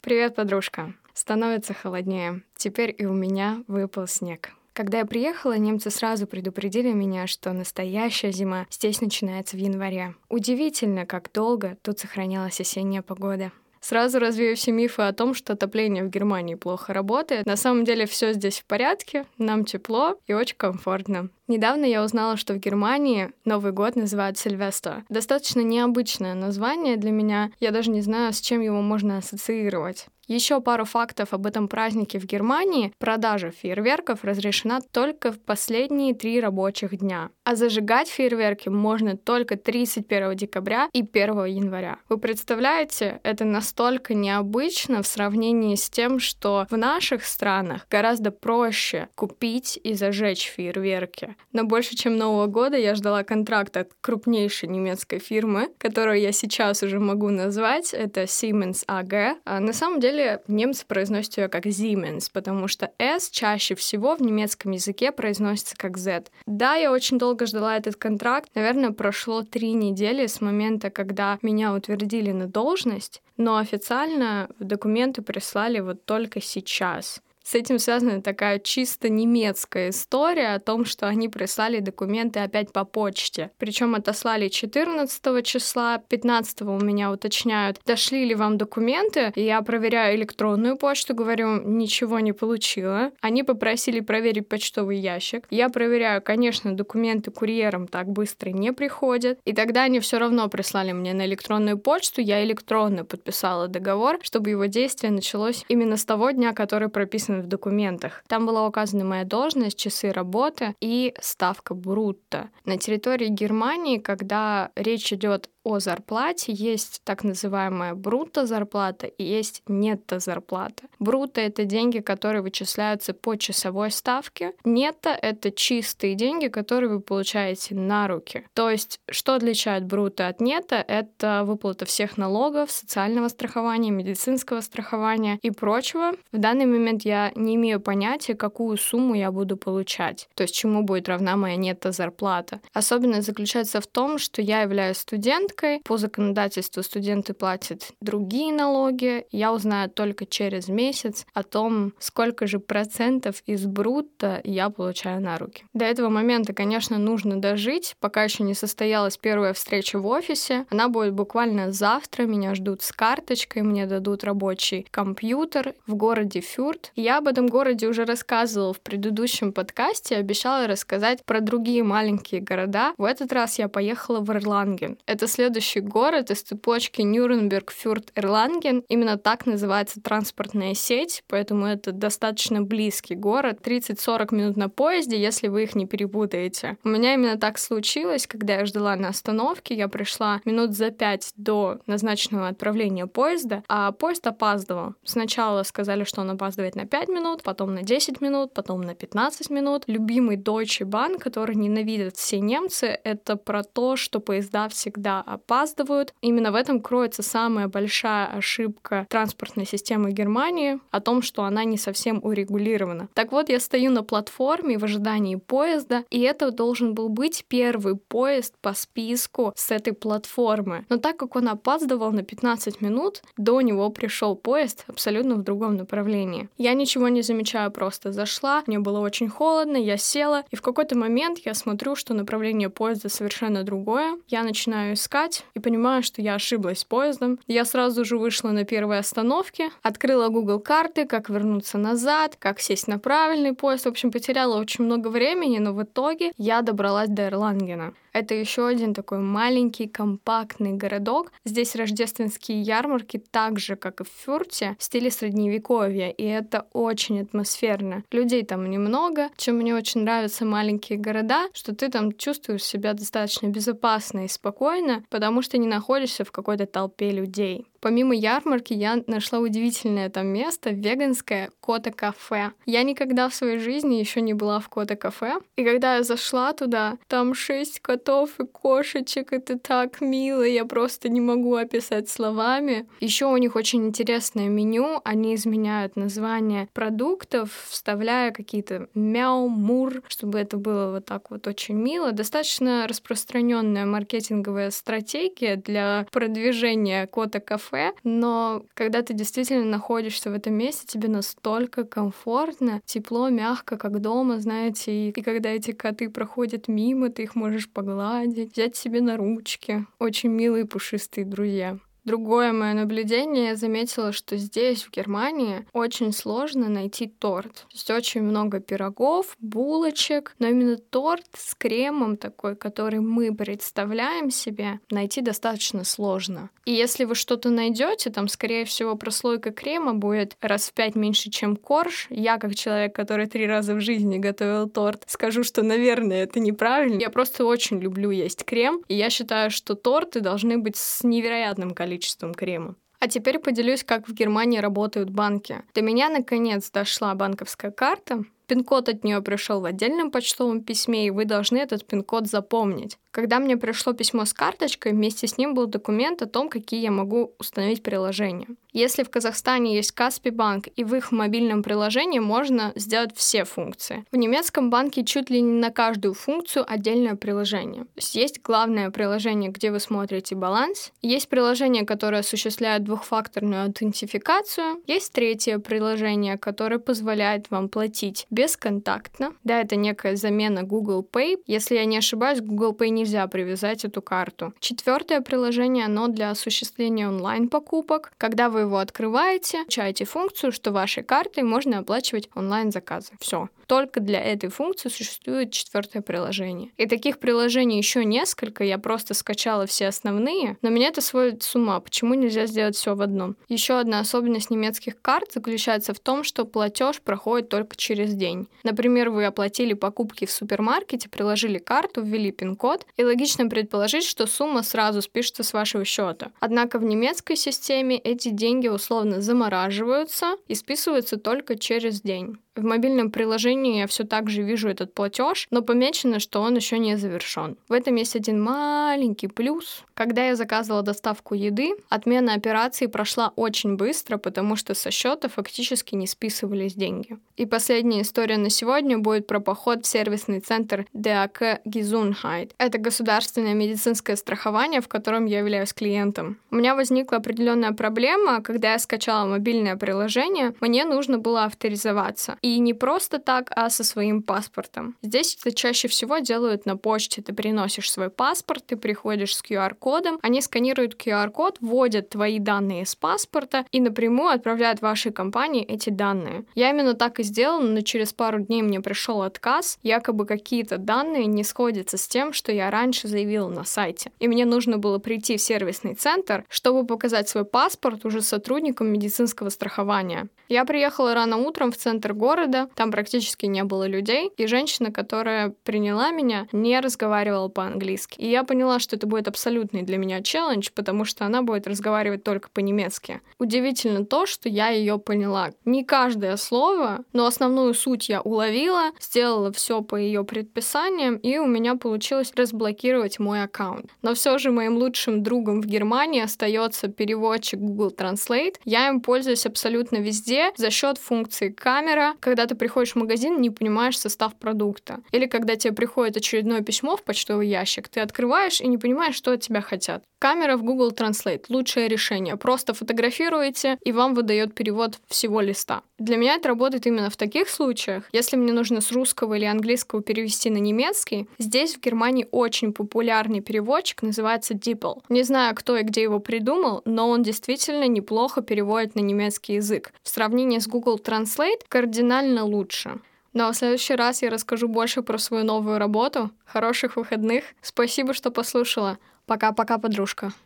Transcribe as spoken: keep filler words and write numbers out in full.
Привет, подружка. Становится холоднее. Теперь и у меня выпал снег. Когда я приехала, немцы сразу предупредили меня, что настоящая зима здесь начинается в январе. Удивительно, как долго тут сохранялась осенняя погода. Сразу развею все мифы о том, что отопление в Германии плохо работает. На самом деле все здесь в порядке, нам тепло и очень комфортно. Недавно я узнала, что в Германии Новый год называют Сильвестр. Достаточно необычное название для меня. Я даже не знаю, с чем его можно ассоциировать. Еще пару фактов об этом празднике в Германии. Продажа фейерверков разрешена только в последние три рабочих дня. А зажигать фейерверки можно только тридцать первого декабря и первого января. Вы представляете, это настолько необычно в сравнении с тем, что в наших странах гораздо проще купить и зажечь фейерверки. Но больше, чем Нового года, я ждала контракт от крупнейшей немецкой фирмы, которую я сейчас уже могу назвать. Это Siemens эй джи. А на самом деле немцы произносят ее как Siemens, потому что S чаще всего в немецком языке произносится как Z. Да, я очень долго ждала этот контракт. Наверное, прошло три недели с момента, когда меня утвердили на должность, но официально документы прислали вот только сейчас. С этим связана такая чисто немецкая история о том, что они прислали документы опять по почте. Причем отослали четырнадцатого числа, пятнадцатого у меня уточняют, дошли ли вам документы. И я проверяю электронную почту, говорю, ничего не получила. Они попросили проверить почтовый ящик. Я проверяю, конечно, документы курьером так быстро не приходят. И тогда они все равно прислали мне на электронную почту. Я электронно подписала договор, чтобы его действие началось именно с того дня, который прописан в документах. Там была указана моя должность, часы работы и ставка брутто. На территории Германии, когда речь идет о зарплате, есть так называемая брутто-зарплата и есть нетто-зарплата. Брутто — это деньги, которые вычисляются по часовой ставке. Нетто — это чистые деньги, которые вы получаете на руки. То есть, что отличает брутто от нетто? Это выплата всех налогов, социального страхования, медицинского страхования и прочего. В данный момент я не имею понятия, какую сумму я буду получать, то есть чему будет равна моя нетто-зарплата. Особенность заключается в том, что я являюсь студенткой. По законодательству студенты платят другие налоги. Я узнаю только через месяц о том, сколько же процентов из брутто я получаю на руки. До этого момента, конечно, нужно дожить, пока еще не состоялась первая встреча в офисе. Она будет буквально завтра. Меня ждут с карточкой, мне дадут рабочий компьютер в городе Фюрт. Я об этом городе уже рассказывала в предыдущем подкасте, обещала рассказать про другие маленькие города. В этот раз я поехала в Эрланген. Это следующий город из цепочки Нюрнберг, Фюрт, Эрланген. Именно так называется транспортная сеть, поэтому это достаточно близкий город. тридцать-сорок минут на поезде, если вы их не перепутаете. У меня именно так случилось, когда я ждала на остановке. Я пришла минут за пять до назначенного отправления поезда, а поезд опаздывал. Сначала сказали, что он опаздывает на пять минут, потом на десять минут, потом на пятнадцать минут. Любимый Deutsche Bahn, который ненавидят все немцы, это про то, что поезда всегда опаздывают. Именно в этом кроется самая большая ошибка транспортной системы Германии, о том, что она не совсем урегулирована. Так вот, я стою на платформе в ожидании поезда, и это должен был быть первый поезд по списку с этой платформы. Но так как он опаздывал на пятнадцать минут, до него пришел поезд абсолютно в другом направлении. Я ничего не замечаю, просто зашла, мне было очень холодно, я села, и в какой-то момент я смотрю, что направление поезда совершенно другое. Я начинаю искать и понимаю, что я ошиблась с поездом. Я сразу же вышла на первой остановке, открыла Google карты, как вернуться назад, как сесть на правильный поезд. В общем, потеряла очень много времени, но в итоге я добралась до Эрлангена. Это еще один такой маленький, компактный городок. Здесь рождественские ярмарки так же, как и в Фюрте, в стиле средневековья, и это очень атмосферно. Людей там немного. Чем мне очень нравятся маленькие города, что ты там чувствуешь себя достаточно безопасно и спокойно, потому что не находишься в какой-то толпе людей. Помимо ярмарки, я нашла удивительное там место, веганское кота-кафе. Я никогда в своей жизни еще не была в кота-кафе, и когда я зашла туда, там шесть котов и кошечек, это так мило, я просто не могу описать словами. Еще у них очень интересное меню, они изменяют название продуктов, вставляя какие-то мяу, мур, чтобы это было вот так вот очень мило. Достаточно распространенная маркетинговая стратегия для продвижения кота-кафе, кафе, но когда ты действительно находишься в этом месте, тебе настолько комфортно, тепло, мягко, как дома, знаете, и, и когда эти коты проходят мимо, ты их можешь погладить, взять себе на ручки. Очень милые пушистые друзья. Другое мое наблюдение, я заметила, что здесь, в Германии, очень сложно найти торт. То есть очень много пирогов, булочек, но именно торт с кремом такой, который мы представляем себе, найти достаточно сложно. И если вы что-то найдете, там, скорее всего, прослойка крема будет раз в пять меньше, чем корж. Я, как человек, который три раза в жизни готовил торт, скажу, что, наверное, это неправильно. Я просто очень люблю есть крем, и я считаю, что торты должны быть с невероятным количеством количеством крема. А теперь поделюсь, как в Германии работают банки. До меня наконец дошла банковская карта. Пин-код от нее пришел в отдельном почтовом письме, и вы должны этот пин-код запомнить. Когда мне пришло письмо с карточкой, вместе с ним был документ о том, какие я могу установить приложения. Если в Казахстане есть Каспий банк, и в их мобильном приложении можно сделать все функции. В немецком банке чуть ли не на каждую функцию отдельное приложение. То есть есть главное приложение, где вы смотрите баланс, есть приложение, которое осуществляет двухфакторную аутентификацию, есть третье приложение, которое позволяет вам платить бесконтактно. Да, это некая замена Google Pay. Если я не ошибаюсь, Google Pay нельзя привязать эту карту. Четвертое приложение, оно для осуществления онлайн-покупок. Когда вы его открываете, включаете функцию, что вашей картой можно оплачивать онлайн-заказы. Все. Только для этой функции существует четвертое приложение. И таких приложений еще несколько, я просто скачала все основные, но меня это сводит с ума. Почему нельзя сделать все в одном? Еще одна особенность немецких карт заключается в том, что платеж проходит только через день. Например, вы оплатили покупки в супермаркете, приложили карту, ввели пин-код, и логично предположить, что сумма сразу спишется с вашего счета. Однако в немецкой системе эти деньги условно замораживаются и списываются только через день. В мобильном приложении я все так же вижу этот платеж, но помечено, что он еще не завершен. В этом есть один маленький плюс. Когда я заказывала доставку еды, отмена операции прошла очень быстро, потому что со счета фактически не списывались деньги. И последняя история на сегодня будет про поход в сервисный центр ди эй кей Gesundheit. Это государственное медицинское страхование, в котором я являюсь клиентом. У меня возникла определенная проблема, когда я скачала мобильное приложение, мне нужно было авторизоваться. И не просто так, а со своим паспортом. Здесь это чаще всего делают на почте. Ты приносишь свой паспорт, ты приходишь с ку ар-кодом, они сканируют ку ар-код, вводят твои данные из паспорта и напрямую отправляют вашей компании эти данные. Я именно так и сделала, но через пару дней мне пришел отказ. Якобы какие-то данные не сходятся с тем, что я раньше заявила на сайте. И мне нужно было прийти в сервисный центр, чтобы показать свой паспорт уже сотрудникам медицинского страхования. Я приехала рано утром в центр города, там практически не было людей, и женщина, которая приняла меня, не разговаривала по-английски. И я поняла, что это будет абсолютный для меня челлендж, потому что она будет разговаривать только по-немецки. Удивительно то, что я ее поняла. Не каждое слово, но основную суть я уловила, сделала все по ее предписаниям, и у меня получилось разблокировать мой аккаунт. Но все же моим лучшим другом в Германии остается переводчик Google Translate. Я им пользуюсь абсолютно везде за счет функции камера, когда ты приходишь в магазин, не понимаешь состав продукта. Или когда тебе приходит очередное письмо в почтовый ящик, ты открываешь и не понимаешь, что от тебя хотят. Камера в Google Translate — лучшее решение. Просто фотографируете, и вам выдает перевод всего листа. Для меня это работает именно в таких случаях. Если мне нужно с русского или английского перевести на немецкий, здесь в Германии очень популярный переводчик, называется дипл. Не знаю, кто и где его придумал, но он действительно неплохо переводит на немецкий язык. В сравнении с Google Translate кардинально лучше. Ну а в следующий раз я расскажу больше про свою новую работу. Хороших выходных. Спасибо, что послушала. Пока-пока, подружка.